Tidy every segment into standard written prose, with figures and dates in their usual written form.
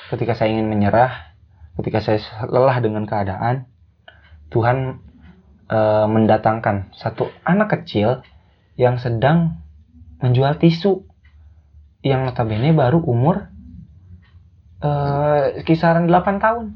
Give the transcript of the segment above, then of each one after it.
ketika saya ingin menyerah, ketika saya lelah dengan keadaan, Tuhan mendatangkan satu anak kecil yang sedang menjual tisu, yang notabene baru umur kisaran 8 tahun.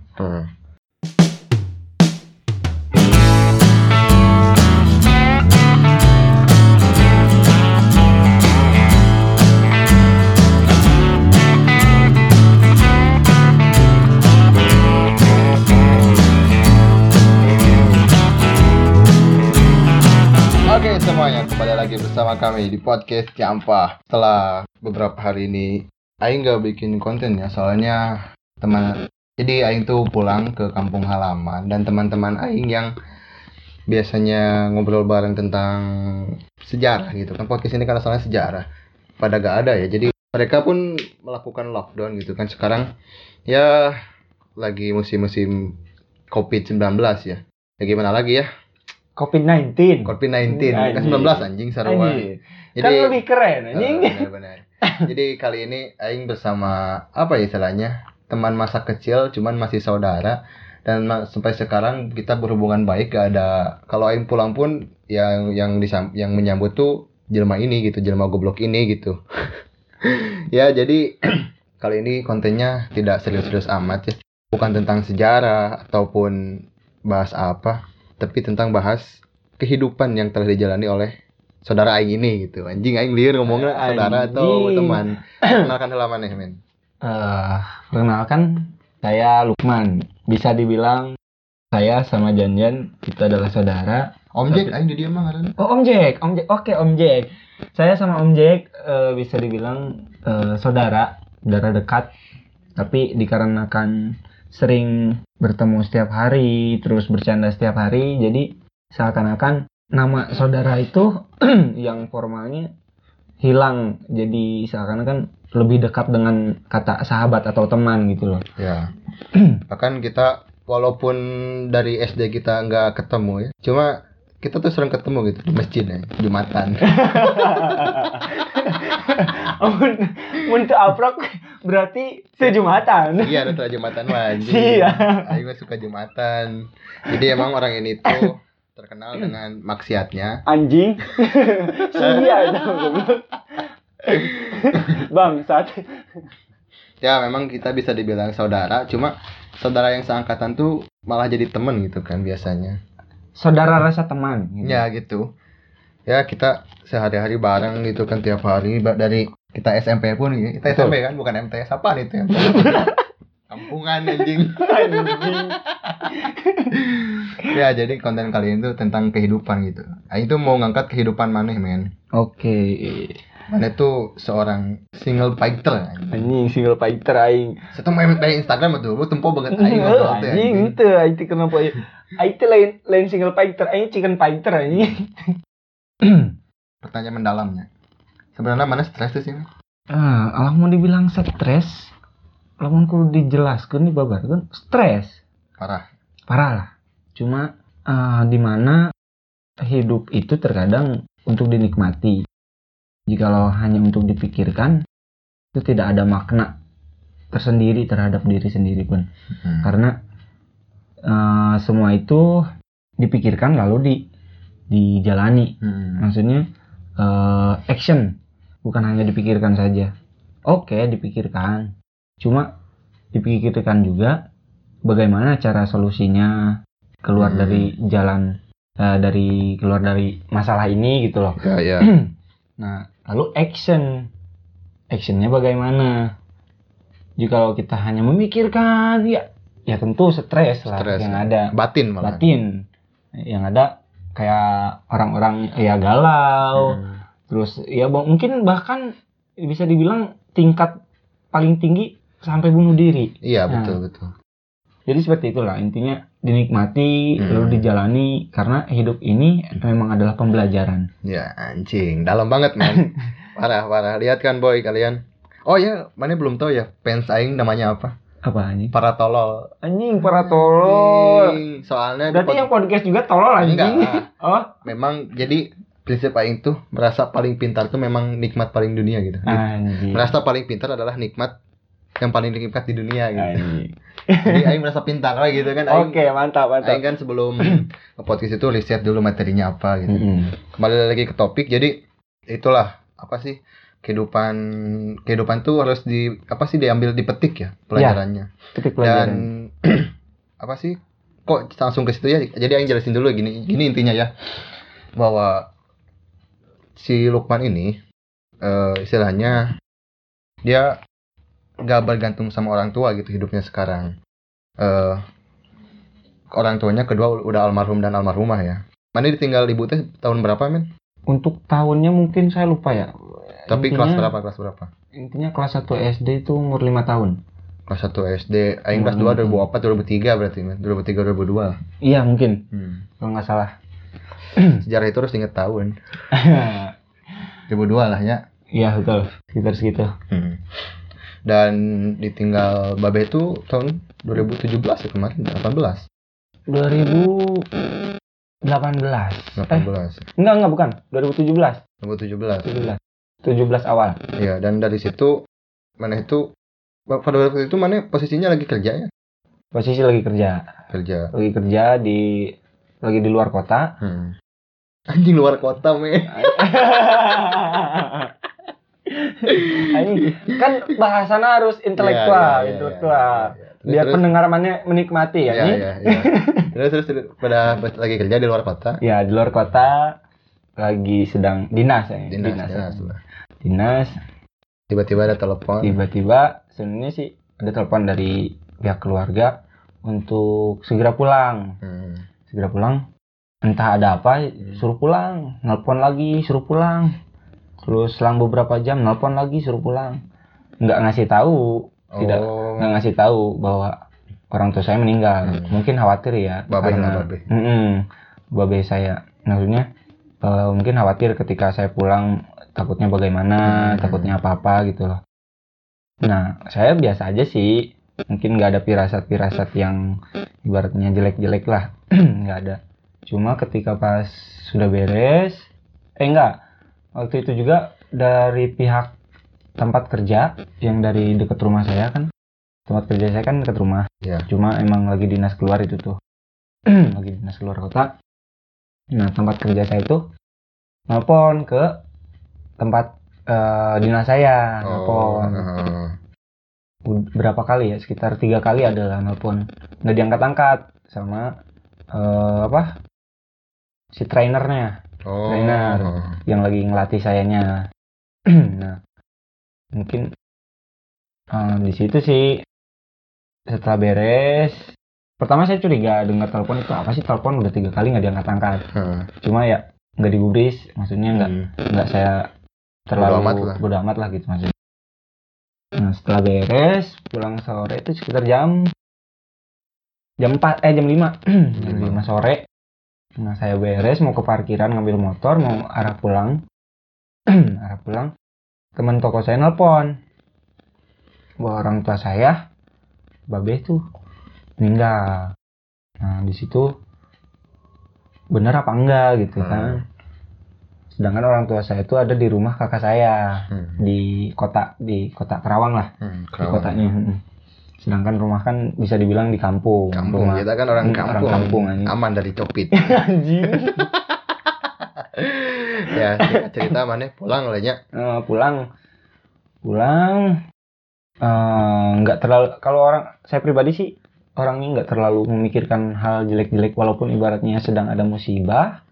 Oke semuanya, kembali lagi bersama kami di podcast Ciampah. Setelah beberapa hari ini Aing gak bikin konten ya, soalnya jadi Aing tuh pulang ke kampung halaman, dan teman-teman Aing yang biasanya ngobrol bareng tentang sejarah gitu kan, podcast ini kan asalnya sejarah, pada gak ada ya. Jadi mereka pun melakukan lockdown gitu kan. Sekarang ya lagi musim-musim COVID-19 ya. Ya gimana lagi ya? COVID-19 kan 19 anjing sarua. Jadi kan lebih keren anjing. Benar. Jadi kali ini Aing bersama apa ya istilahnya, teman masa kecil cuman masih saudara, dan sampai sekarang kita berhubungan baik. Gak ada, kalau Aing pulang pun yang menyambut tuh jelma ini gitu, jelma goblok ini gitu. Ya jadi kali ini kontennya tidak serius-serius amat ya, bukan tentang sejarah ataupun bahas apa, tapi tentang bahas kehidupan yang telah dijalani oleh saudara Aing ini gitu. Anjing Aing liar ngomongnya saudara atau teman. Kenalkan halaman nih men. Perkenalkan, saya Lukman. Bisa dibilang saya sama Janjan kita adalah saudara. Om Jack Aing jadi emang ngaran. Oh Om Jack. Oke Om Jack. Saya sama Om Jack bisa dibilang saudara dekat. Tapi dikarenakan sering bertemu setiap hari, terus bercanda setiap hari, jadi seakan-akan nama saudara itu yang formalnya hilang, jadi seakan-akan lebih dekat dengan kata sahabat atau teman gitu loh. Ya. Bahkan kita walaupun dari SD kita nggak ketemu ya, cuma kita tuh sering ketemu gitu di masjid ya, Jumatan. Untuk aprok berarti sejumatan. Iya, ada Jumatan wajib. Iya. Aing suka Jumatan. Jadi emang orang ini tuh terkenal dengan maksiatnya. Anjing. Iya itu. Bang, saat Ya memang kita bisa dibilang saudara, cuma saudara yang seangkatan tuh malah jadi temen gitu kan biasanya. Saudara rasa teman gitu. Ya gitu. Ya kita sehari-hari bareng gitu kan, tiap hari dari kita SMP pun gitu. Kita SMP kan, bukan MTS. Apaan itu ya? Kampungan anjing. Ya jadi konten kali ini tuh tentang kehidupan gitu. Aing tuh mau ngangkat kehidupan maneh men. Oke. Maneh tuh seorang single fighter Anjing single fighter aing. Saya tuh main Instagram tuh, lu tempo banget aing ngobrol teh. Anjing itu aing kenapa ya? Aing teh lain single fighter, aing chicken fighter anjing. Pertanyaan mendalamnya. Sebenarnya mana stres tuh sih? Alah mau dibilang stres, lamun kudu dijelaskeun nih babarkeun stres. Parah lah. Cuma di mana hidup itu terkadang untuk dinikmati. Jikalau hanya untuk dipikirkan, itu tidak ada makna tersendiri terhadap diri sendiri pun. Karena semua itu dipikirkan lalu dijalani. Maksudnya action, bukan hanya dipikirkan saja. Oke, dipikirkan. Cuma dipikirkan juga bagaimana cara solusinya keluar dari jalan, keluar dari masalah ini gitu loh. Ya. Nah, lalu actionnya bagaimana? Jika kita hanya memikirkan, ya tentu stres lah yang ada. Batin. Yang ada kayak orang-orang ya galau. Terus ya mungkin bahkan bisa dibilang tingkat paling tinggi sampai bunuh diri. Iya, betul. Jadi seperti itulah intinya, dinikmati lalu dijalani, karena hidup ini memang adalah pembelajaran. Ya anjing, dalam banget man. Parah. Lihat kan boy kalian. Oh ya, mana belum tahu ya fans aing namanya apa? Apa anjing? Para tolol. Anjing, para tolol. Soalnya berarti yang podcast juga tolol anjing. Enggak. Oh, memang jadi prinsip aing tuh merasa paling pintar tuh memang nikmat paling dunia gitu. Anjing. Merasa paling pintar adalah nikmat yang paling nikmat di dunia gitu. Anjing. Jadi aing merasa pintar lah gitu kan. Oke, mantap. Aing kan sebelum nge-podcast itu riset dulu materinya apa gitu. Kembali lagi ke topik. Jadi itulah apa sih kehidupan tuh harus diambil dipetik ya pelajarannya. Petik pelajaran. Dan apa sih kok langsung ke situ ya. Jadi aing jelasin dulu gini intinya ya. Bahwa si Lukman ini istilahnya dia gak bergantung sama orang tua gitu hidupnya sekarang. Orang tuanya kedua udah almarhum dan almarhumah ya. Mana ditinggal ibu teh tahun berapa men? Untuk tahunnya mungkin saya lupa ya. Tapi kelas berapa? Intinya kelas 1 SD itu umur 5 tahun. Kelas 1 SD, aing kelas 2 2004 2003 berarti men. 2003 2002. Iya mungkin. Kalau nggak salah. Sejarah itu harus inget tahun. 2002 lah ya. Iya betul, sekitar segitu. Dan ditinggal babe itu tahun 2017 ya kemarin, 18. 2018. Enggak bukan. 2017. 17 awal. Iya, dan dari situ mana itu pada waktu itu mana posisinya lagi kerja ya? Posisi lagi kerja. Lagi kerja lagi di luar kota. Anjing luar kota men. Kan bahasana harus intelektual. Biar pendengar menikmati ya. Terus pada lagi kerja di luar kota. Ya, di luar kota lagi sedang dinas. Tiba-tiba ada telepon. Sebenarnya sih ada telepon dari pihak keluarga untuk segera pulang. Entah ada apa, suruh pulang. Nelpon lagi, suruh pulang. Terus selang beberapa jam nelpon lagi, suruh pulang. Nggak ngasih tahu, nggak ngasih tahu bahwa orang tua saya meninggal. Mungkin khawatir ya. Babe saya. Maksudnya mungkin khawatir ketika saya pulang takutnya bagaimana, takutnya apa-apa gitu loh. Nah, saya biasa aja sih. Mungkin nggak ada pirasat-pirasat yang ibaratnya jelek-jelek lah. Nggak ada. Cuma ketika pas sudah beres, waktu itu juga dari pihak tempat kerja yang dari dekat rumah saya kan. Tempat kerja saya kan dekat rumah. Cuma emang lagi dinas keluar itu tuh. Lagi dinas keluar kota. Nah, tempat kerja saya itu nelpon ke tempat dinas saya. Berapa kali ya? Sekitar 3 kali adalah nelpon. Nggak diangkat-angkat sama si trainernya. Trainer yang lagi ngelatih sayanya. Nah, mungkin di situ sih setelah beres, pertama saya curiga dengar telepon itu apa sih, telepon udah 3 kali nggak diangkat-angkat. Cuma ya nggak digubris, maksudnya nggak saya terlalu bodo amat lah gitu maksudnya. Nah, setelah beres pulang sore itu sekitar jam 5 sore. Nah, saya beres mau ke parkiran ngambil motor mau arah pulang. Teman toko saya nelpon bahwa orang tua saya, babe tuh meninggal. Nah, di situ benar apa enggak gitu kan. Sedangkan orang tua saya itu ada di rumah kakak saya di kota Karawang lah. Di kotanya. Sedangkan rumah kan bisa dibilang di kampung. Rumah, kita kan orang kampung aman dari copit. Anjing. Ya, cerita mana pulang lah ya. Pulang nggak terlalu, kalau saya pribadi sih orangnya nggak terlalu memikirkan hal jelek-jelek, walaupun ibaratnya sedang ada musibah.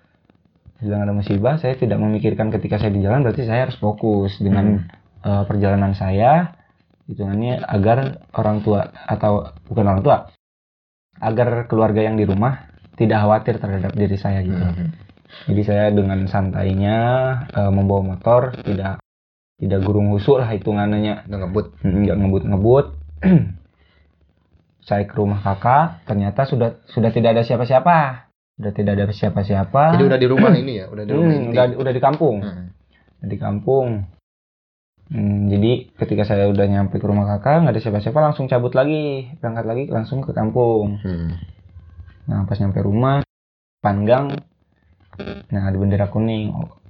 Saya tidak memikirkan ketika saya di jalan, berarti saya harus fokus dengan perjalanan saya. Hitungannya agar orang tua atau bukan orang tua, agar keluarga yang di rumah tidak khawatir terhadap diri saya gitu. Jadi saya dengan santainya membawa motor, tidak gurung husuk lah hitungannya. Nggak ngebut. Saya ke rumah kakak, ternyata sudah tidak ada siapa-siapa. Jadi udah di rumah ini ya, udah di kampung. Di kampung. Jadi ketika saya udah nyampe ke rumah kakak, nggak ada siapa-siapa, langsung cabut lagi, berangkat lagi langsung ke kampung. Nah, pas nyampe rumah, pandang, nah ada bendera kuning.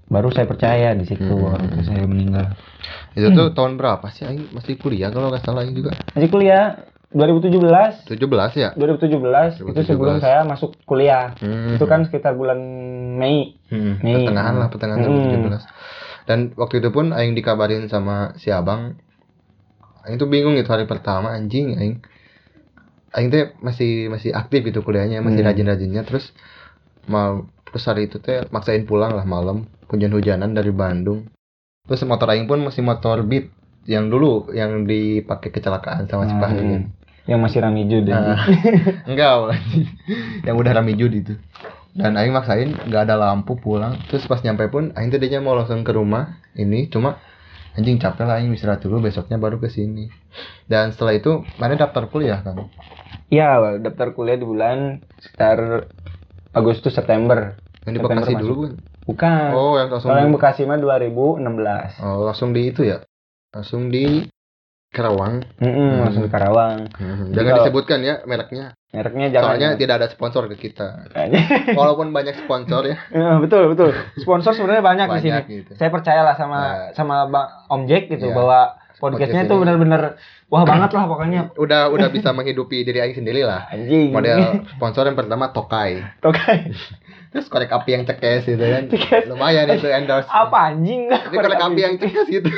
baru saya percaya di situ waktu saya meninggal. Itu tuh tahun berapa sih aing masih kuliah kalau nggak salah aing juga. Masih kuliah 2017. 17 ya? 2017 itu sebelum saya masuk kuliah. Itu kan sekitar bulan Mei. Pertengahan 2017. Dan waktu itu pun aing dikabarin sama si abang. Aing tuh bingung itu hari pertama anjing aing teh masih aktif gitu kuliahnya, masih rajin-rajinnya, terus hari itu teh maksain pulang lah malam, hujan-hujanan dari Bandung. Terus motor aing pun masih motor Beat yang dulu yang dipakai kecelakaan sama si Fahri. Yang masih Ramijud enggak yang udah Ramijud itu. Dan aing maksain nggak ada lampu pulang. Terus pas nyampe pun aing tadinya mau langsung ke rumah ini, cuma anjing capek lah aing istirahat dulu, besoknya baru ke sini. Dan setelah itu mana daftar kuliah kan? Iya, daftar kuliah di bulan sekitar Agustus September. Yang di Bekasi dulu kan? Bukan. Oh, yang langsung. Kalau yang Bekasi mah 2016. Oh, langsung di itu ya? Langsung di Karawang. Langsung di Karawang. Jangan disebutkan ya mereknya. Mereknya jangan. Soalnya tidak ada sponsor ke kita. Walaupun banyak sponsor ya. Betul. Sponsor sebenarnya banyak di sini. Gitu. Saya percayalah sama Bang Om Jack gitu bahwa podcastnya itu benar-benar wah banget lah pokoknya. Udah bisa menghidupi diri aing sendiri lah. Anjing. Model sponsor yang pertama Tokai. Terus korek api yang cekes gitu kan. Lumayan itu endorse. Apa anjing? Ini korek api yang cekes gitu.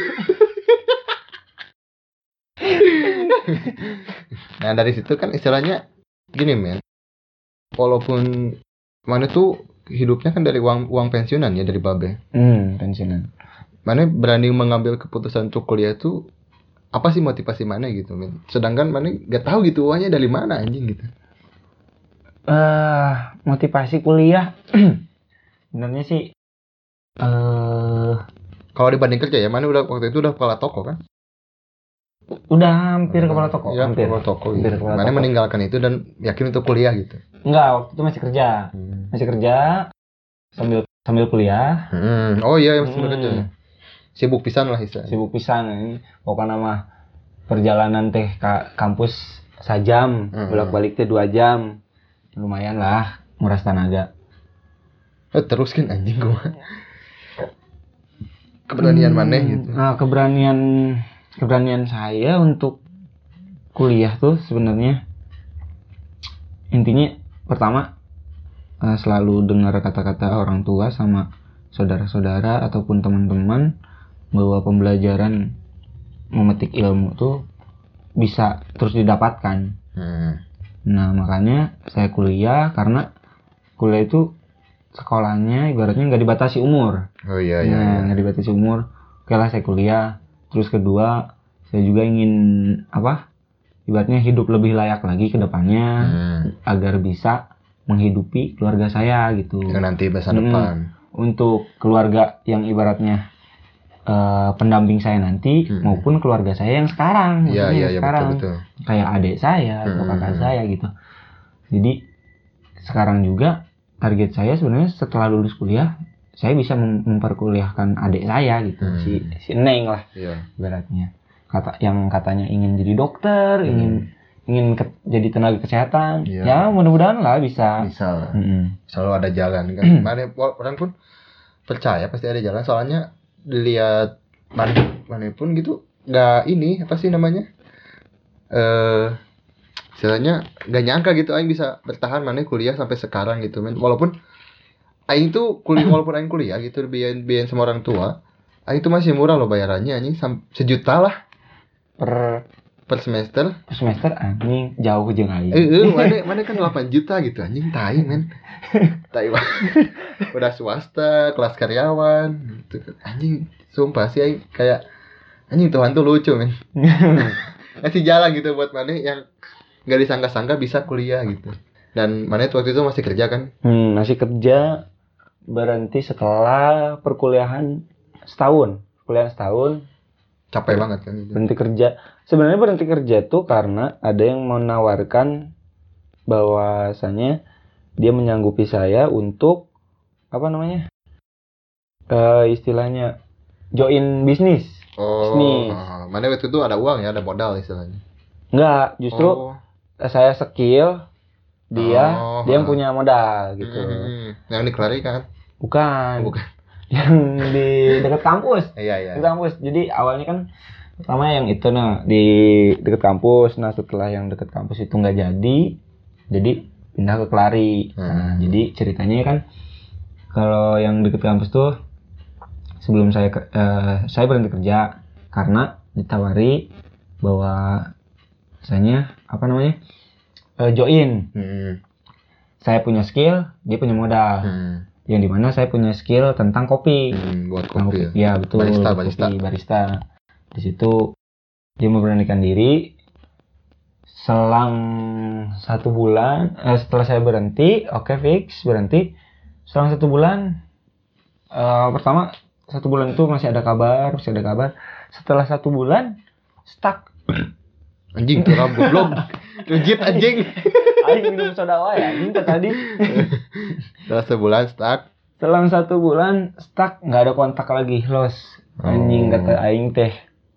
Nah dari situ kan istilahnya gini men, walaupun mana tuh hidupnya kan dari uang pensiunan ya, dari babe. Pensiunan. Mana berani mengambil keputusan untuk kuliah tuh apa sih motivasi mana gitu men? Sedangkan mana gak tahu gitu uangnya dari mana anjing gitu. Motivasi kuliah sebenarnya sih kalau dibanding kerja ya, mana waktu itu udah kepala toko kan? Udah hampir kepala toko. Ya, hampir kepala toko. Mana meninggalkan itu dan yakin untuk kuliah gitu? Enggak, waktu itu masih kerja. Masih kerja sambil kuliah. Oh iya, masih kerja. Sibuk pisan lah istilahnya. Sibuk pisan ini. Pokoknya mah perjalanan teh ke kampus sajam, bolak-balik teh 2 jam. Lumayan lah nguras tenaga. Terus kan anjing gua. Keberanian maneh gitu. Nah, keberanian saya untuk kuliah tuh sebenarnya intinya pertama selalu dengar kata-kata orang tua sama saudara-saudara ataupun teman-teman bahwa pembelajaran memetik ilmu tuh bisa terus didapatkan. Nah makanya saya kuliah, karena kuliah itu sekolahnya ibaratnya nggak dibatasi umur. Nggak dibatasi umur. Oke lah saya kuliah. Terus kedua saya juga ingin ibaratnya hidup lebih layak lagi ke depannya agar bisa menghidupi keluarga saya gitu. Yang nanti masa depan. Untuk keluarga yang ibaratnya pendamping saya nanti maupun keluarga saya yang sekarang. Iya, sekarang betul. Kayak adik saya atau kakak saya gitu. Jadi sekarang juga target saya sebenarnya setelah lulus kuliah saya bisa memperkuliahkan adik saya gitu, si Neng lah ibaratnya. Yang katanya ingin jadi dokter, ingin jadi tenaga kesehatan. Ya mudah-mudahan lah bisa. Selalu ada jalan kan. Orang pun percaya pasti ada jalan, soalnya dilihat mana pun gitu nggak ini apa sih namanya istilahnya nggak nyangka gitu aing bisa bertahan mana kuliah sampai sekarang gitu men. Walaupun aing tuh walaupun aing kuliah gitu biayan sama orang tua, aing tuh masih murah loh bayarannya anjing, 1 juta lah per semester. Anjing jauh jeung aing. Mana kan 8 juta gitu anjing, tai men. Tai udah swasta, kelas karyawan gitu. Anjing sumpah sih aing kayak anjing Tuhan tuh lucu men. Ngasih jalan gitu buat mana yang enggak disangka-sangka bisa kuliah gitu. Dan mana waktu itu masih kerja kan? Masih kerja, berhenti setelah perkuliahan setahun. Capek banget kan gitu. Berhenti kerja. Sebenarnya berhenti kerja tuh karena ada yang menawarkan bahwasanya dia menyanggupi saya untuk istilahnya join bisnis. Mana waktu itu ada uang ya, ada modal istilahnya. Enggak, justru saya skill, dia yang punya modal gitu. Yang dikelari kan? Bukan. Yang di dekat kampus. Iya. Dekat kampus. Jadi awalnya kan pertama yang itu di dekat kampus. Nah setelah yang dekat kampus itu nggak jadi pindah ke Kelari. Nah jadi ceritanya kan kalau yang dekat kampus tuh sebelum saya berhenti kerja karena ditawari bahwa misalnya join. Saya punya skill, dia punya modal. Yang dimana saya punya skill tentang kopi. Buat kopi. Ya betul. Barista. Di situ dia memberanikan diri. Selang 1 bulan, setelah saya berhenti, fix berhenti. Selang 1 bulan, pertama 1 bulan itu masih ada kabar. Setelah 1 bulan, stuck. Anjing tuh rambut belum legit anjing. Aing minum soda wae anjing tadi. Setelah sebulan stuck. Selang 1 bulan stuck, nggak ada kontak lagi, los. Anjing kata aing teh.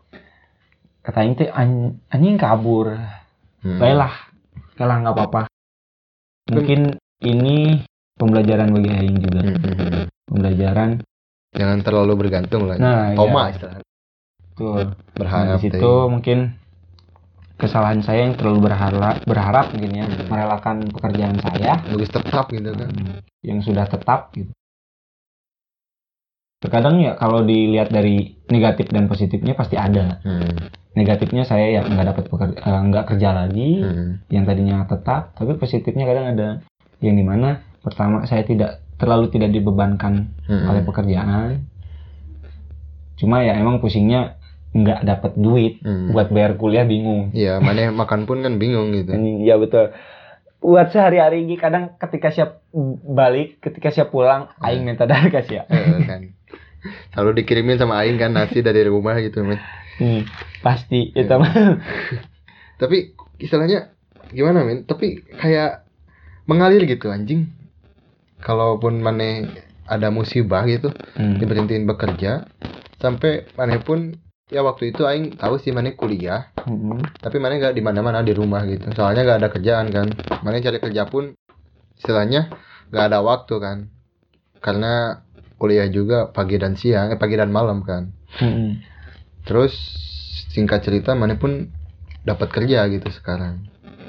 Anjing kabur. Baiklah nggak apa-apa. Mungkin ini pembelajaran bagi aing juga. Pembelajaran. Jangan terlalu bergantung lah. Nah, koma istilahnya. Betul. Berharap. Di situ mungkin kesalahan saya yang terlalu berharap mungkin ya, merelakan pekerjaan saya lebih tetap gitu kan, yang sudah tetap gitu. Terkadang ya kalau dilihat dari negatif dan positifnya pasti ada. Negatifnya saya ya nggak kerja lagi, yang tadinya tetap, tapi positifnya kadang ada yang dimana pertama saya terlalu tidak dibebankan oleh pekerjaan. Cuma ya emang pusingnya nggak dapat duit buat bayar kuliah, bingung. Iya, mana makan pun kan bingung gitu. Iya betul. Buat sehari-hari kadang ketika siap balik, ketika siap pulang, aing minta dargas ya. Kan. Selalu dikirimin sama aing kan nasi dari rumah gitu, men. Pasti itu mah. Tapi istilahnya gimana, men? Tapi kayak mengalir gitu anjing. Kalaupun mana ada musibah gitu, diberhentiin bekerja, sampai mana pun ya waktu itu aing tahu sih mana kuliah, tapi mana nggak di mana-mana, di rumah gitu. Soalnya nggak ada kerjaan kan. Mana cari kerja pun istilahnya nggak ada waktu kan, karena kuliah juga pagi dan malam kan. Terus singkat cerita mana pun dapat kerja gitu sekarang.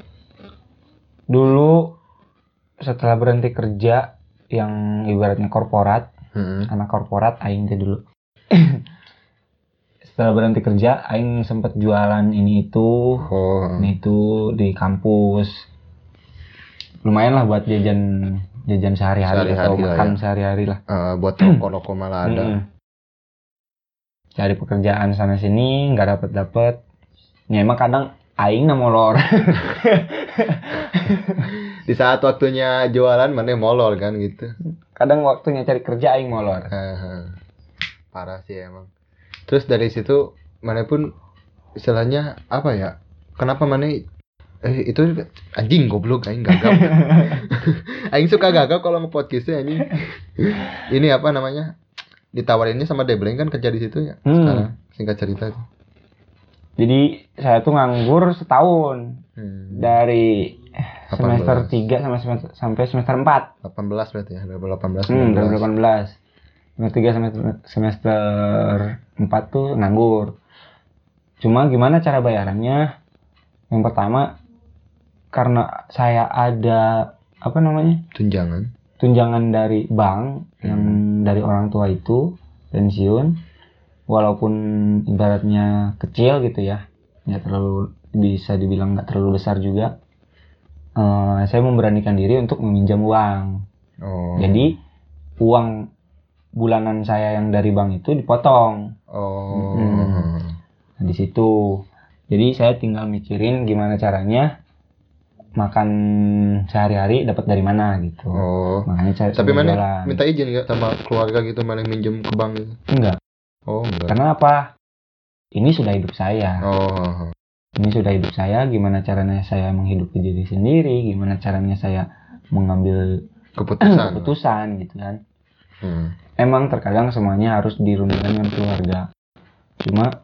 Dulu setelah berhenti kerja yang ibaratnya korporat, anak korporat aing teh dulu. Setelah berhenti kerja, aing sempat jualan ini itu di kampus. Lumayan lah buat jajan sehari-hari atau makan sehari-hari lah. Buat rokok malah ada. Cari pekerjaan sana sini nggak dapet. Ya emang kadang aing molor. Di saat waktunya jualan mana molor kan gitu. Kadang waktunya cari kerja aing molor. Parah sih emang. Terus dari situ mana pun istilahnya apa ya? Kenapa mana itu anjing goblok aing gagap. Aing suka gagap kalau nge-podcastnya anjing. Ini apa namanya? Ditawarinnya sama Debleng kan kerja di situ ya. Sekarang singkat cerita tuh. Jadi saya tuh nganggur setahun. Dari semester 3 sampai semester 4. 18 berarti ya. 2018. 2018. Semester 3 semester 4 tuh nganggur. Cuma gimana cara bayarannya? Yang pertama karena saya ada tunjangan dari bank yang dari orang tua itu pensiun, walaupun ibaratnya kecil gitu ya, nggak terlalu bisa dibilang nggak terlalu besar juga. Saya memberanikan diri untuk meminjam uang. Jadi uang bulanan saya yang dari bank itu dipotong. Nah, di situ. Jadi saya tinggal mikirin gimana caranya makan sehari-hari dapat dari mana gitu. Makanya tapi mana minta izin nggak sama keluarga gitu, mana minjem ke bank gitu? Enggak. Enggak. Karena apa? Ini sudah hidup saya. Ini sudah hidup saya. Gimana caranya saya menghidupi diri sendiri? Gimana caranya saya mengambil keputusan gitu kan? Emang terkadang semuanya harus dirundingkan dengan keluarga. Cuma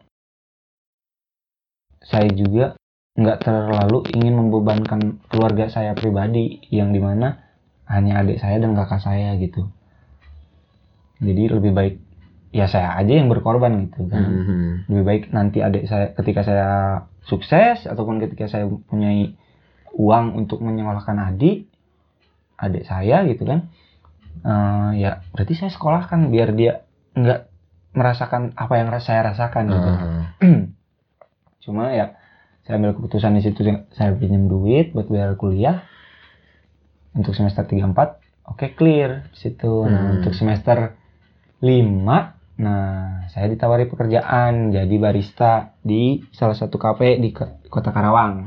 saya juga nggak terlalu ingin membebankan keluarga saya pribadi, yang dimana hanya adik saya dan kakak saya gitu. Jadi lebih baik ya saya aja yang berkorban gitu kan. Lebih baik nanti adik saya ketika saya sukses ataupun ketika saya punya uang untuk menyekolahkan adik saya gitu kan. Ya berarti saya sekolahkan biar dia nggak merasakan apa yang saya rasakan gitu. Cuma ya saya ambil keputusan di situ, saya pinjam duit buat bayar kuliah untuk semester 3-4. Oke, clear di situ. Nah, untuk semester 5, nah saya ditawari pekerjaan jadi barista di salah satu kafe di Kota Karawang.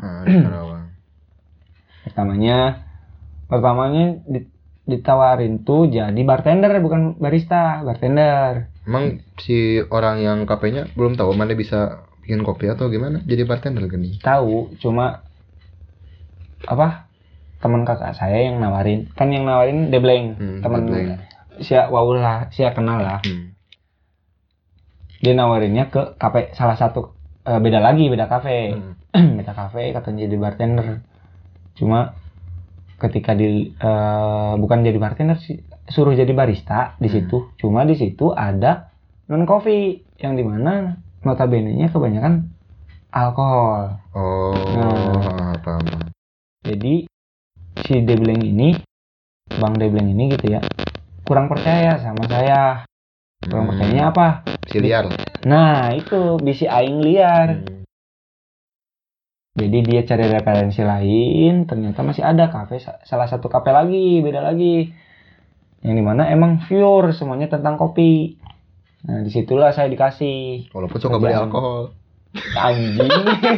Pertamanya ditawarin tuh jadi bartender, bukan barista, bartender. Emang si orang yang kafenya belum tahu mana bisa bikin kopi atau gimana jadi bartender gini? Tahu, cuma teman kakak saya yang nawarin. Kan yang nawarin Debleng, teman sia wow lah, sia kenal lah. Dia nawarinnya ke kafe salah satu beda kafe. Beda kafe katanya jadi bartender. Cuma ketika bukan jadi bartender sih, suruh jadi barista di situ. Cuma di situ ada non coffee yang dimana notabene-nya kebanyakan alkohol. Paham. Jadi si Bang Debleng ini gitu ya, kurang percaya sama saya. Kurang percayanya apa? Si liar. Nah itu bisi aing liar. Jadi dia cari referensi lain, ternyata masih ada kafe, salah satu kafe lagi, beda lagi, yang dimana emang pure semuanya tentang kopi. Nah disitulah saya dikasih. Walaupun suka beli alkohol. Anjing.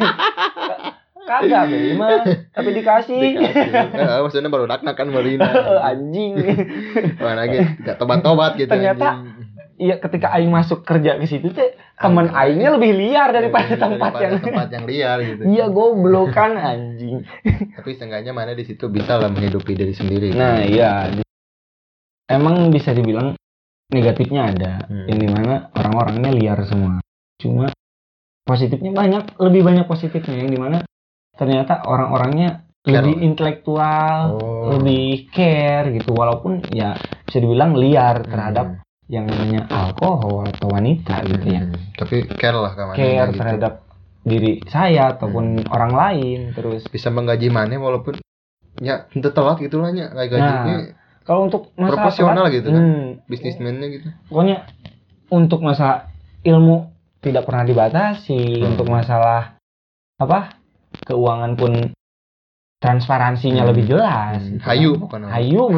Kagak beli mah, tapi dikasih. Maksudnya baru nak kan Marina. Anjing. Mana lagi enggak tobat-tobat gitu. Ternyata iya, ketika aing masuk kerja ke situ teh teman aingnya lebih liar daripada tempat yang liar gitu. Iya, goblok kan anjing. Tapi seenggaknya mana di situ bisa lah menghidupi diri sendiri. Nah, iya. Emang bisa dibilang negatifnya ada, yang dimana orang-orangnya liar semua. Cuma positifnya lebih banyak positifnya, yang dimana ternyata orang-orangnya lebih intelektual, lebih care gitu, walaupun ya bisa dibilang liar terhadap yang namanya alkohol atau wanita gitu ya. Tapi care lah kawan. Care gitu. Terhadap diri saya ataupun orang lain, terus bisa menggaji mana walaupun ya itu telat gitulah nya gajinya. Kalau untuk masalah proporsional gitu kan, bisnismennya gitu. Pokoknya untuk masalah ilmu tidak pernah dibatasi, untuk masalah keuangan pun transparansinya lebih jelas. Gitu hayu kan. bukan. Hayu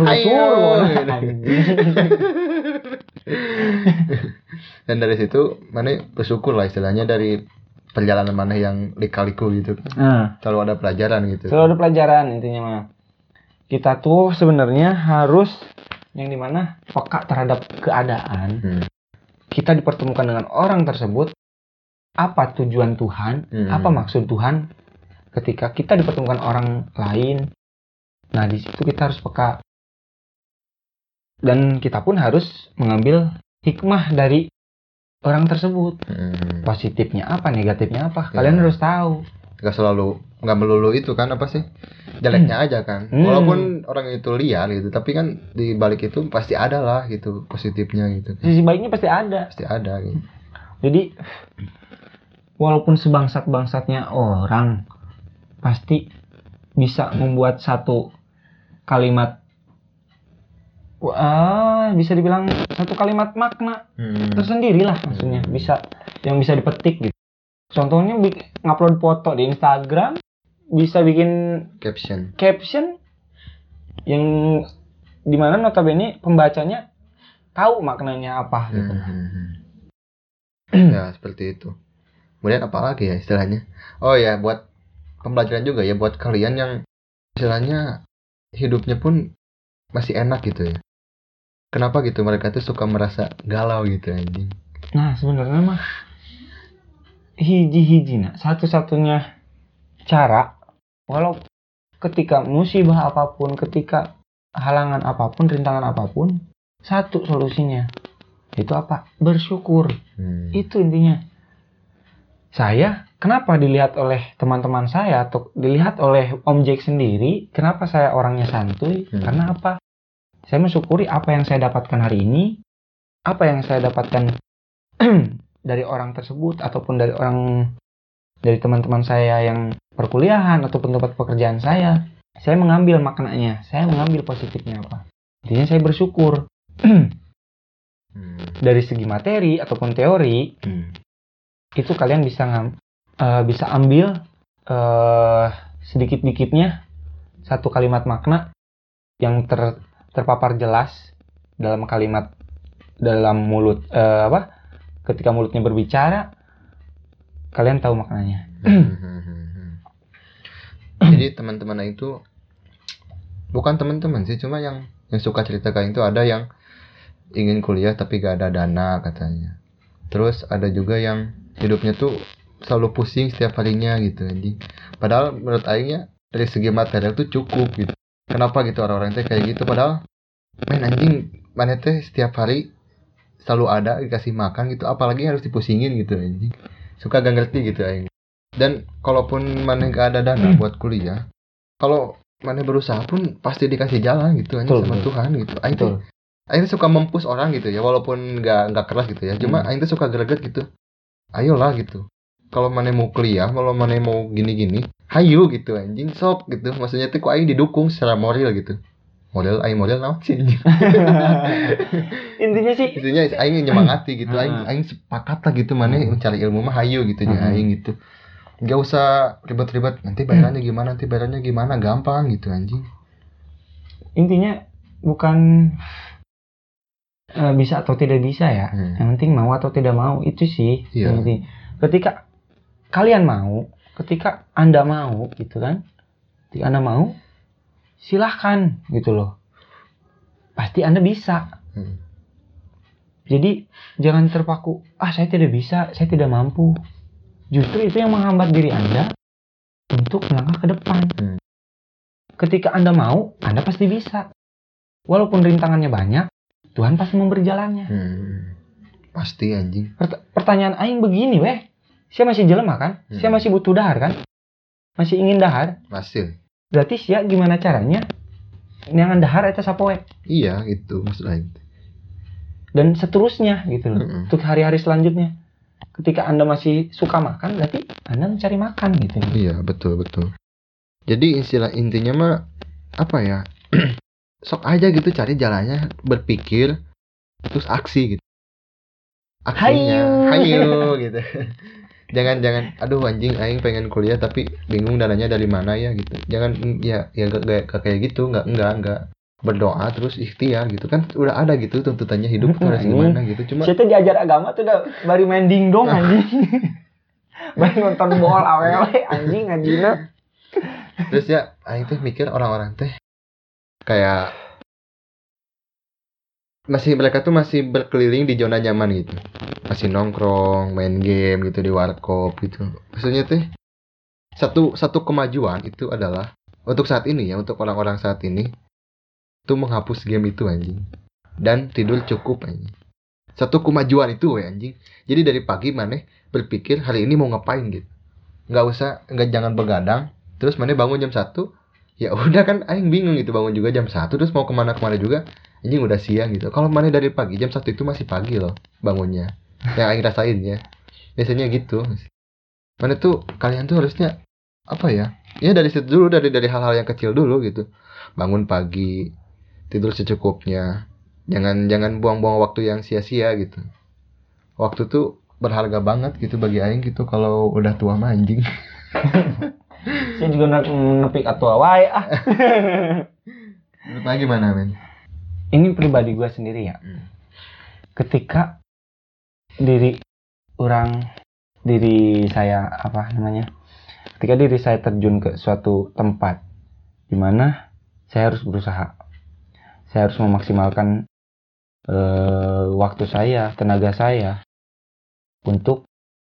Dan dari situ mana bersyukur lah istilahnya dari perjalanan mana yang lika-liku gitu. Selalu ada pelajaran gitu. Selalu ada pelajaran intinya mah. Kita tuh sebenarnya harus yang dimana peka terhadap keadaan. Kita dipertemukan dengan orang tersebut. Apa tujuan Tuhan? Apa maksud Tuhan? Ketika kita dipertemukan orang lain, nah di situ kita harus peka. Dan kita pun harus mengambil hikmah dari orang tersebut. Positifnya apa, negatifnya apa? Kalian harus tahu. Nggak melulu itu kan apa sih? Jeleknya aja kan. Walaupun orang itu liar gitu, tapi kan di balik itu pasti ada lah gitu positifnya gitu. Sisi baiknya pasti ada. Pasti ada gitu. Jadi walaupun sebangsat-bangsatnya orang, pasti bisa membuat satu kalimat bisa dibilang satu kalimat makna tersendiri lah, maksudnya bisa yang bisa dipetik gitu. Contohnya ngupload foto di Instagram, bisa bikin caption yang dimana notabene pembacanya tahu maknanya apa gitu. Ya seperti itu. Kemudian apa lagi ya istilahnya? Oh ya, buat pembelajaran juga ya buat kalian yang istilahnya hidupnya pun masih enak gitu ya. Kenapa gitu mereka tuh suka merasa galau gitu anjing? Nah sebenarnya mah hiji-hijina satu-satunya cara, walau ketika musibah apapun, ketika halangan apapun, rintangan apapun, satu solusinya, itu apa? Bersyukur. Itu intinya. Saya kenapa dilihat oleh teman-teman saya atau dilihat oleh Om Jack sendiri, kenapa saya orangnya santuy? Karena apa? Saya mensyukuri apa yang saya dapatkan hari ini, apa yang saya dapatkan dari orang tersebut ataupun dari teman-teman saya yang perkuliahan ataupun tempat pekerjaan saya mengambil maknanya, saya mengambil positifnya apa. Intinya saya bersyukur. Dari segi materi ataupun teori, itu kalian bisa ambil sedikit-dikitnya satu kalimat makna yang terpapar jelas dalam kalimat, dalam mulut, ketika mulutnya berbicara, kalian tahu maknanya. Jadi teman-teman itu bukan teman-teman sih, cuma yang suka cerita kayak itu. Ada yang ingin kuliah tapi gak ada dana katanya. Terus ada juga yang hidupnya tuh selalu pusing setiap harinya gitu anjing. Padahal menurut aingnya dari segi material tuh cukup gitu. Kenapa gitu orang-orang teh kayak gitu? Padahal main anjing, mana teh setiap hari selalu ada dikasih makan gitu, apalagi harus dipusingin gitu anjing. Suka gak ngerti gitu aing. Dan kalaupun mana gak ada dana buat kuliah, kalau mana berusaha pun pasti dikasih jalan gitu anjing sama Tuhan gitu. Aing tuh suka mempus orang gitu ya, walaupun gak keras gitu ya. Cuma aing tuh suka greget gitu. Ayolah gitu. Kalau mana mau kuliah, kalau mana mau gini-gini, hayu gitu anjing, sok gitu. Maksudnya tuh kok aing didukung secara moral gitu. Aing model naon sih anjing. Intinya aing nyemangati gitu. Aing sepakat lah gitu, mana mencari ilmu mah hayu gitu ya aing gitu. Gak usah ribet-ribet, nanti bayarannya gimana, gampang gitu anjing. Intinya bukan bisa atau tidak bisa ya. Yang penting mau atau tidak mau, itu sih. Iya. Yang penting. Ketika kalian mau, ketika Anda mau gitu kan, ketika Anda mau, silahkan gitu loh, pasti Anda bisa. Jadi jangan terpaku, saya tidak bisa, saya tidak mampu. Justru itu yang menghambat diri Anda untuk melangkah ke depan. Ketika Anda mau, Anda pasti bisa. Walaupun rintangannya banyak, Tuhan pasti memberi jalannya. Pasti anjing. Pertanyaan aing begini weh, saya masih jelema kan? Saya masih butuh dahar kan? Masih ingin dahar? Masih. Berarti sia gimana caranya nyangan dahar eta sapoe? Iya, gitu maksud aing. Dan seterusnya gitu loh. Untuk hari-hari selanjutnya. Ketika Anda masih suka makan, berarti Anda mencari makan gitu. Iya, betul. Jadi intinya mah apa ya? Sok aja gitu cari jalannya, berpikir terus aksi gitu. Aksinya, hayu gitu. Jangan aduh anjing aing pengen kuliah tapi bingung dananya dari mana ya gitu. Jangan ya kayak gitu, enggak. Berdoa terus ikhtiar gitu kan, udah ada gitu tuntutannya hidup tuh harus gimana gitu. Cuma saya tuh diajar agama tuh udah bari main dingdong anjing. Bari nonton bol awewe anjing ngajina. Terus ya aing teh mikir orang-orang teh kayak mereka tuh masih berkeliling di zona nyaman gitu. Masih nongkrong, main game gitu di warkop gitu. Maksudnya teh satu kemajuan itu adalah untuk saat ini ya, untuk orang-orang saat ini tuh menghapus game itu anjing dan tidur cukup anjing. Satu kemajuan itu anjing. Jadi dari pagi maneh berpikir hari ini mau ngapain gitu. Jangan begadang. Terus maneh bangun jam 1. Ya udah kan aing bingung gitu, bangun juga jam 1 terus mau kemana juga anjing udah siang gitu. Kalau maneh dari pagi jam 1 itu masih pagi loh bangunnya. Yang aing rasain ya. Biasanya gitu. Maneh tuh kalian tuh harusnya apa ya? Ya dari situ dulu, dari hal-hal yang kecil dulu gitu. Bangun pagi, tidur secukupnya. Jangan buang-buang waktu yang sia-sia gitu. Waktu tuh berharga banget gitu bagi aing gitu kalau udah tua mah anjing. Saya juga nepik atua wae Menurut lagi gimana men? Ini pribadi gue sendiri ya. Ketika diri saya ketika diri saya terjun ke suatu tempat di mana saya harus berusaha, saya harus memaksimalkan waktu saya, tenaga saya untuk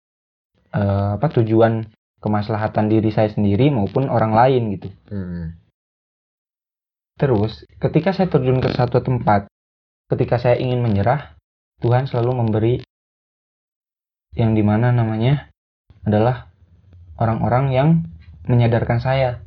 tujuan kemaslahatan diri saya sendiri maupun orang lain gitu. Terus ketika saya terjun ke satu tempat, ketika saya ingin menyerah, Tuhan selalu memberi yang dimana namanya adalah orang-orang yang menyadarkan saya.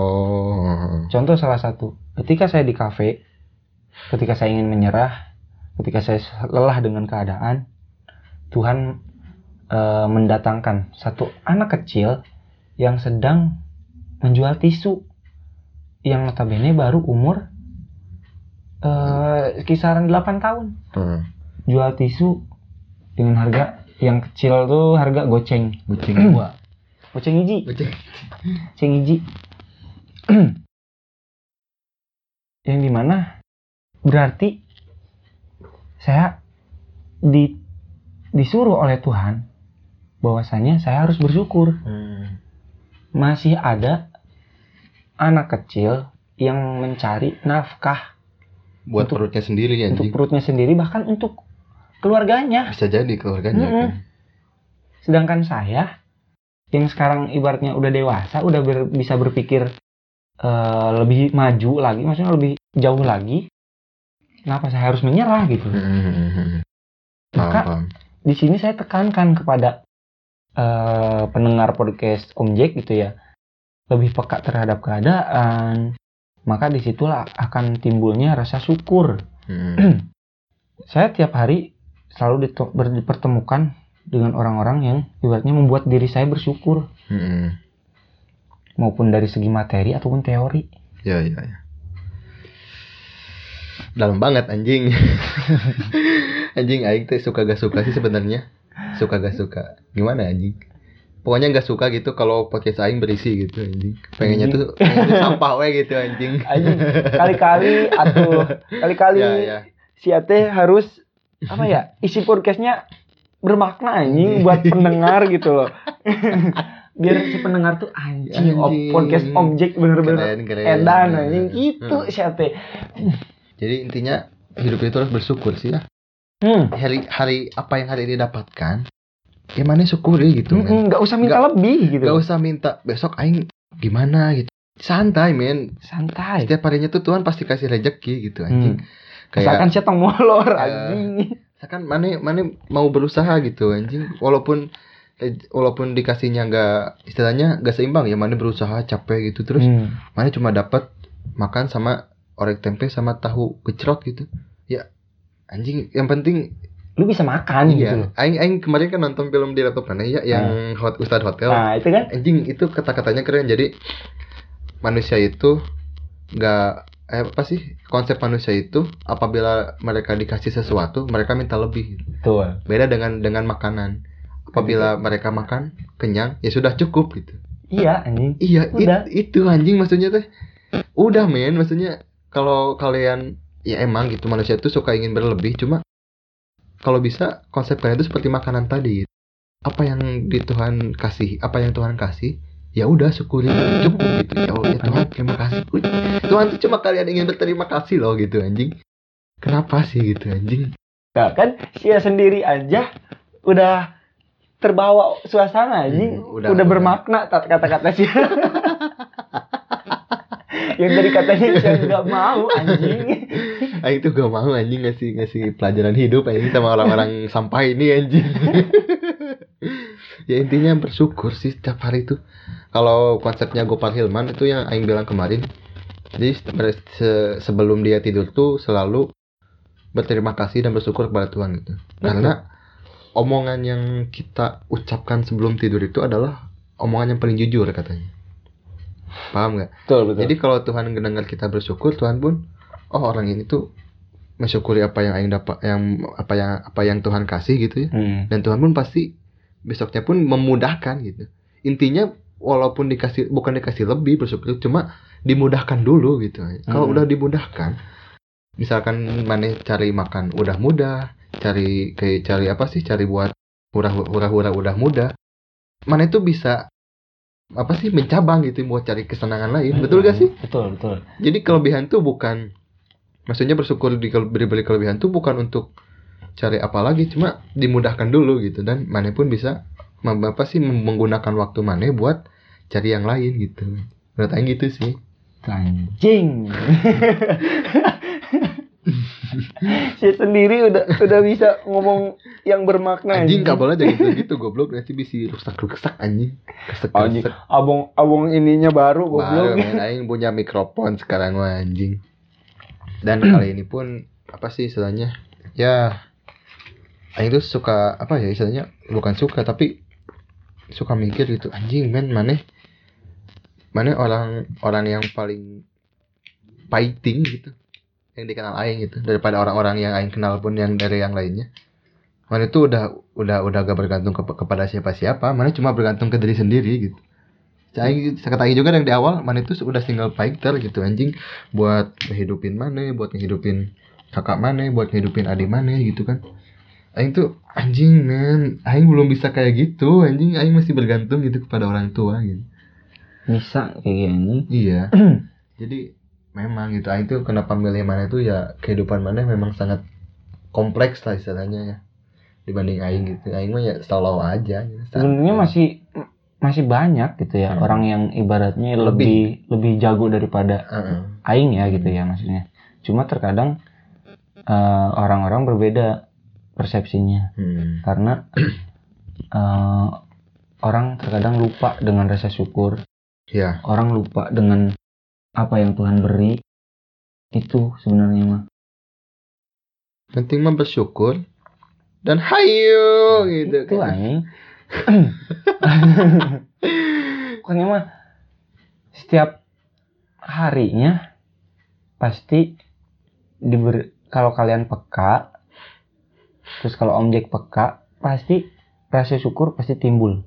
Contoh salah satu, ketika saya di kafe, ketika saya ingin menyerah, ketika saya lelah dengan keadaan, Tuhan mendatangkan satu anak kecil yang sedang menjual tisu yang notabene baru umur kisaran 8 tahun. Jual tisu dengan harga yang kecil tuh harga goceng 2. Goceng hiji. Yang dimana berarti saya disuruh oleh Tuhan bahwasanya saya harus bersyukur. Masih ada anak kecil yang mencari nafkah buat perutnya sendiri ya. Untuk perutnya sendiri, bahkan untuk keluarganya. Bisa jadi keluarganya kan. Sedangkan saya yang sekarang ibaratnya udah dewasa, udah bisa berpikir lebih maju lagi, maksudnya lebih jauh lagi. Kenapa saya harus menyerah gitu? Maka di sini saya tekankan kepada pendengar podcast Om Jack gitu ya, lebih peka terhadap keadaan, maka disitulah akan timbulnya rasa syukur. Saya tiap hari selalu dipertemukan dengan orang-orang yang ibaratnya membuat diri saya bersyukur, maupun dari segi materi ataupun teori. Ya. Dalam banget anjing. Anjing aing teh suka gak suka sih sebenarnya. Suka gak suka. Gimana anjing? Pokoknya gak suka gitu kalau podcast aing berisi gitu anjing. Pengennya tuh sampah we gitu anjing. Anjing kali-kali ya. Si Ate harus apa ya? Isi podcastnya bermakna anjing buat pendengar gitu loh. Biar si pendengar tuh anjing. Podcast Om Jack bener-bener edan anjing gitu si Ate. Jadi intinya hidup itu harus bersyukur sih ya. Hari apa yang hari ini dapatkan, ya mana syukuri gitu kan. Gak usah minta lebih gitu. Gak usah minta besok aing gimana gitu. Santai men. Santai. Setiap harinya tuh Tuhan pasti kasih rezeki gitu anjing. Kayak misalkan siapa molor anjing. Misalkan mana mau berusaha gitu anjing. Walaupun dikasihnya gak, istilahnya gak seimbang ya, mana berusaha capek gitu terus mana cuma dapat makan sama orek tempe sama tahu gejrot gitu. Ya anjing, yang penting lu bisa makan gitu. Aing kemarin kan nonton film di laptop mana ya yang Ustadz Hotel. Nah, itu kan anjing itu kata-katanya keren. Jadi manusia itu enggak konsep manusia itu apabila mereka dikasih sesuatu, mereka minta lebih. Betul. Beda dengan makanan. Apabila mereka makan kenyang, ya sudah cukup gitu. Iya, anjing. Iya, itu anjing maksudnya teh. Udah men, maksudnya kalau kalian ya emang gitu manusia itu suka ingin berlebih, cuma kalau bisa konsep kalian itu seperti makanan tadi gitu. Apa yang Tuhan kasih, ya udah syukuri cukup gitu. Ya Allah ya Tuhan, terima kasih. Tuhan tuh cuma kalian ingin berterima kasih loh gitu anjing. Kenapa sih gitu anjing? Nah, kan dia sendiri aja udah terbawa suasana anjing, udah bermakna kata-kata sih. Yang dari katanya saya nggak mau anjing. Aing tuh gak mau anjing ngasih pelajaran hidup anjing sama orang-orang sampah ini anjing. Ya intinya bersyukur sih setiap hari tuh. Kalau konsepnya Gopal Hilman itu yang Aing bilang kemarin. Jadi sebelum dia tidur tuh selalu berterima kasih dan bersyukur kepada Tuhan gitu. Karena omongan yang kita ucapkan sebelum tidur itu adalah omongan yang paling jujur katanya. Paham nggak? Betul. Jadi kalau Tuhan mendengar kita bersyukur, Tuhan pun orang ini tuh mensyukuri apa yang aing dapat, apa yang Tuhan kasih gitu ya. Dan Tuhan pun pasti besoknya pun memudahkan gitu. Intinya walaupun bukan dikasih lebih bersyukur, cuma dimudahkan dulu gitu. Kalau udah dimudahkan, misalkan mana cari makan udah mudah, cari buat hura-hura udah mudah. Mana itu bisa mencabang gitu buat cari kesenangan lain. Betul gak sih? Betul. Jadi kelebihan tuh bukan, maksudnya bersyukur diberi kelebihan tuh bukan untuk cari apa lagi, cuma dimudahkan dulu gitu. Dan mana pun bisa menggunakan waktu mana buat cari yang lain gitu. Menurut Aing gitu sih. Anjing. Saya sendiri udah bisa ngomong yang bermakna. Anjing gak boleh jadi gitu goblok, nanti bisa rusak anjing. Anjing. Abong ininya baru goblok. Baru aing punya mikrofon sekarang anjing. Dan kali ini pun istilahnya Ya, aing tuh suka apa ya istilahnya, bukan suka tapi suka mikir gitu, anjing men, mana orang yang paling fighting gitu yang dikenal aing gitu daripada orang-orang yang aing kenal pun yang dari yang lainnya. Mana itu udah gak bergantung kepada siapa-siapa, mana cuma bergantung ke diri sendiri gitu. Aing kata aing juga yang di awal, mana itu udah single fighter gitu anjing, buat ngehidupin mana, buat ngehidupin kakak mana, buat ngehidupin adik mana gitu kan. Aing tuh anjing men, aing belum bisa kayak gitu anjing, aing masih bergantung gitu kepada orang tua gitu. Bisa kayak gini. Iya. Jadi memang gitu aing tuh kenapa milih mana itu ya, kehidupan mana memang sangat kompleks lah istilahnya ya dibanding aing gitu. Aing mah ya selalu aja gitu. Sebenarnya masih banyak gitu ya orang yang ibaratnya lebih jago daripada aing ya gitu ya maksudnya. Cuma terkadang orang-orang berbeda persepsinya. Karena orang terkadang lupa dengan rasa syukur. Ya. Orang lupa dengan apa yang Tuhan beri. Itu sebenarnya mah. Penting mah bersyukur dan hayu gitu itu kan. Anjing. Pokoknya mah setiap harinya pasti kalau kalian peka, terus kalau Om Jack peka, pasti rasa syukur pasti timbul.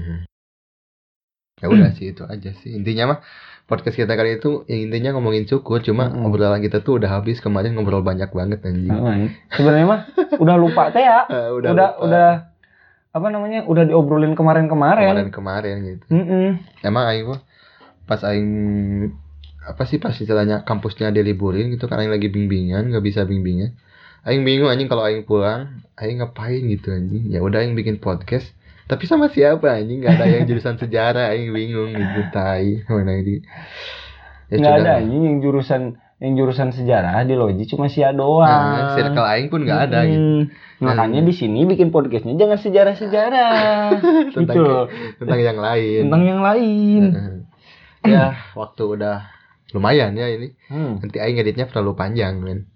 Ya udah sih, itu aja sih intinya mah. Podcast kita kali itu yang intinya ngomongin syukur, cuma obrolan kita tuh udah habis kemarin, ngobrol banyak banget anjing. Sebenarnya mah udah lupa teh ya. udah apa namanya, udah diobrolin kemarin gitu. Emang aing pas aing apa sih, pas istilahnya kampusnya diliburin gitu kan, aing lagi bimbingan, nggak bisa bimbingan. Aing bingung anjing, kalau aing pulang aing ngapain gitu anjing. Ya udah aing bikin podcast, tapi sama siapa anjing, nggak ada yang jurusan sejarah, aing bingung gitu. Tai mana ini ya, nggak ada anjing yang jurusan sejarah di Logi, cuma sia doang. Circle aing pun nggak ada gitu. Makanya di sini bikin podcastnya jangan sejarah tentang yang lain. Ya waktu udah lumayan ya ini. Nanti aing editnya terlalu panjang men.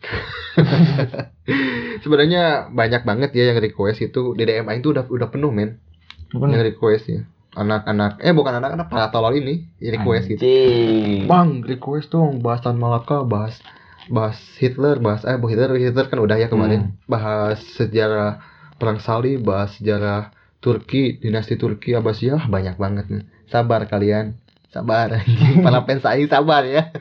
Sebenarnya banyak banget ya yang request itu di DM aing tuh udah penuh men. Yang request ya. Anak-anak bukan anak-anak, para tolol ini request gitu. Bang, request dong bahas Tan Malaka, bahas Hitler, Hitler kan udah ya kemarin. Bahas sejarah perang salib, bahas sejarah Turki, dinasti Turki Abbasiyah, banyak banget nih. Sabar kalian. Sabar anjing. Para fans aing sabar ya.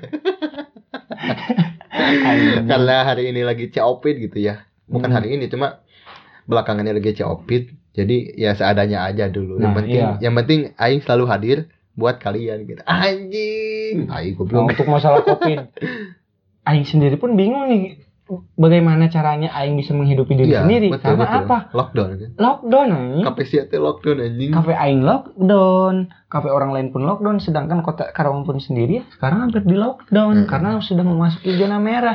Karena hari ini lagi Copit gitu ya. Bukan hari ini, cuma belakangannya lagi Copit. Jadi ya seadanya aja dulu. Yang penting aing selalu hadir buat kalian gitu. Anjing. Aing goblok. Untuk masalah Covid, aing sendiri pun bingung nih bagaimana caranya aing bisa menghidupi diri sendiri. Betul. Apa? Lockdown anjing. Kafe siate lockdown anjing. Kafe aing lockdown, kafe orang lain pun lockdown, sedangkan kota Karawang pun sendiri sekarang hampir di lockdown karena sudah memasuki zona merah.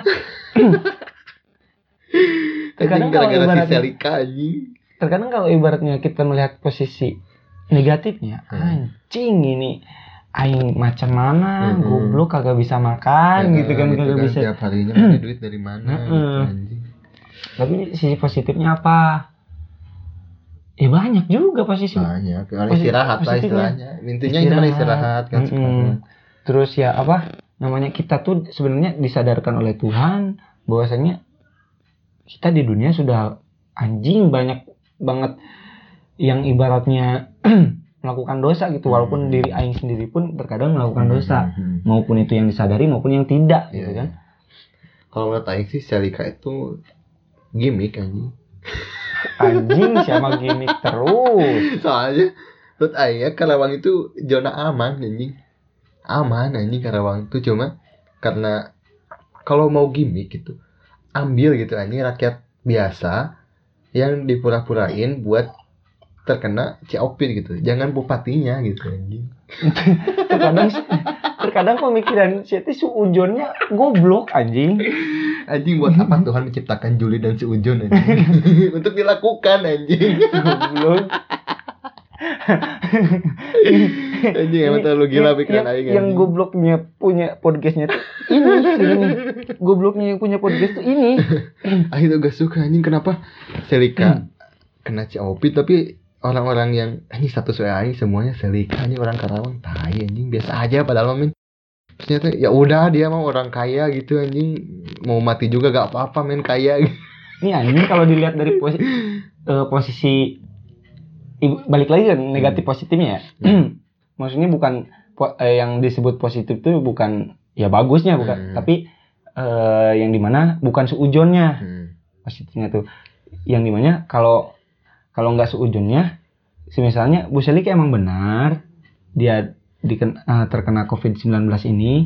Terkadang gara-gara si Selika anjing. Terkadang kalau ibaratnya kita melihat posisi negatifnya, anjing ini aing macam mana, goblok kagak bisa makan gitu kan, kagak bisa. Tiap harinya punya duit dari mana gitu, anjing. Tapi sisi positifnya apa? Ya banyak juga posisi. Banyak. Istirahat lah istilahnya. Intinya cuma istirahat kan sekarang. Terus ya apa namanya, kita tuh sebenarnya disadarkan oleh Tuhan bahwasanya kita di dunia sudah anjing banyak banget yang ibaratnya melakukan dosa gitu, walaupun diri aing sendiri pun terkadang melakukan dosa, maupun itu yang disadari maupun yang tidak gitu kan. Kalau menurut aing sih Selika itu gimmick anjing. Anjing sama gimmick terus. Soalnya menurut aing ya, Karawang itu zona aman anjing. Aman anjing Karawang tuh, cuma karena kalau mau gimmick gitu ambil gitu anjing rakyat biasa yang dipura-purain buat terkena Copit gitu. Jangan bupatinya gitu anjing. terkadang pemikiran siapa suujonnya goblok anjing. Anjing, buat apa Tuhan menciptakan Juli dan Suujon anjing? Untuk dilakukan anjing. Goblok. Anjing emang terlalu gila pikiran aing. Yang gobloknya punya podcastnya tuh ini. Gobloknya yang punya podcast tuh ini. Aing tuh gak suka anjing kenapa Selika kena COP tapi orang-orang yang ini status WA aing semuanya Selika anjing orang Karawang tai anjing biasa aja padahal men. Ternyata ya udah dia mau orang kaya gitu anjing mau mati juga gak apa-apa men kaya gitu. Ini anjing kalau dilihat dari posisi balik lagi kan negatif positifnya ya. Maksudnya bukan yang disebut positif itu bukan ya bagusnya bukan, tapi yang dimana bukan seujonnya positifnya tuh, yang dimana kalau nggak seujonnya, misalnya Bu Selika emang benar dia terkena COVID-19 ini,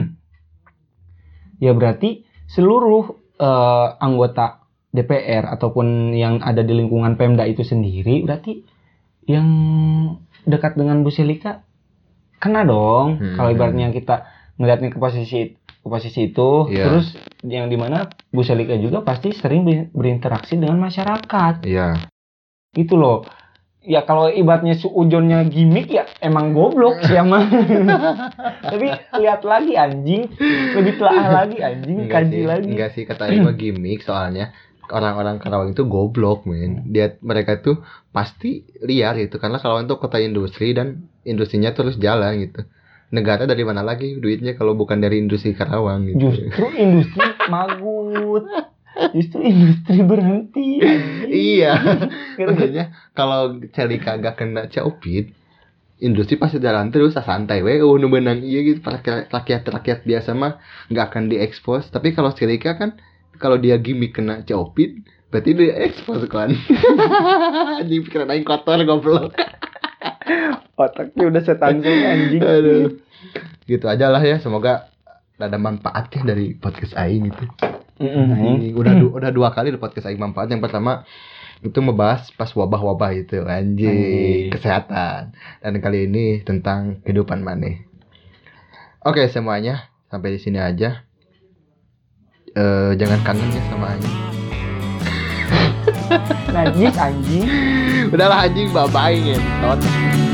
ya berarti seluruh anggota DPR ataupun yang ada di lingkungan Pemda itu sendiri berarti yang dekat dengan Bu Selika kena dong. Kalau ibaratnya kita ngeliatnya ke posisi itu, terus yang dimana Bu Selika juga pasti sering berinteraksi dengan masyarakat. Gitu loh. Ya kalau ibaratnya seujonnya gimmick ya emang goblok sih emang. Tapi lihat lagi anjing, lebih telaah lagi anjing, kaji lagi. Enggak sih kata Ima gimmick soalnya orang-orang Karawang itu goblok men. Mereka tuh pasti liar gitu karena Karawang itu kota industri dan industrinya terus jalan gitu. Negara dari mana lagi duitnya kalau bukan dari industri Karawang gitu. Justru industri magut. Justru industri berhenti. Iya. Maksudnya kalau Selika gak kena COVID, industri pasti jalan terus santai we nu benang iya gitu. Rakyat biasa mah gak akan diekspos. Tapi kalau Selika kan kalau dia gimmick kena COVID, berarti dia ekspos kan. Anjing pikiran aing kotor goblok. Otaknya udah setan anjing. Aduh. Gitu aja lah ya, semoga ada manfaatnya dari podcast aing gitu. Udah 2 kali di podcast aing manfaat. Yang pertama itu membahas pas wabah-wabah itu anjing kesehatan, dan kali ini tentang kehidupan maneh. Oke semuanya, sampai di sini aja. Jangan kangen ya sama anjing. Najis anjing. Udahlah anjing, bye-bye ngentot.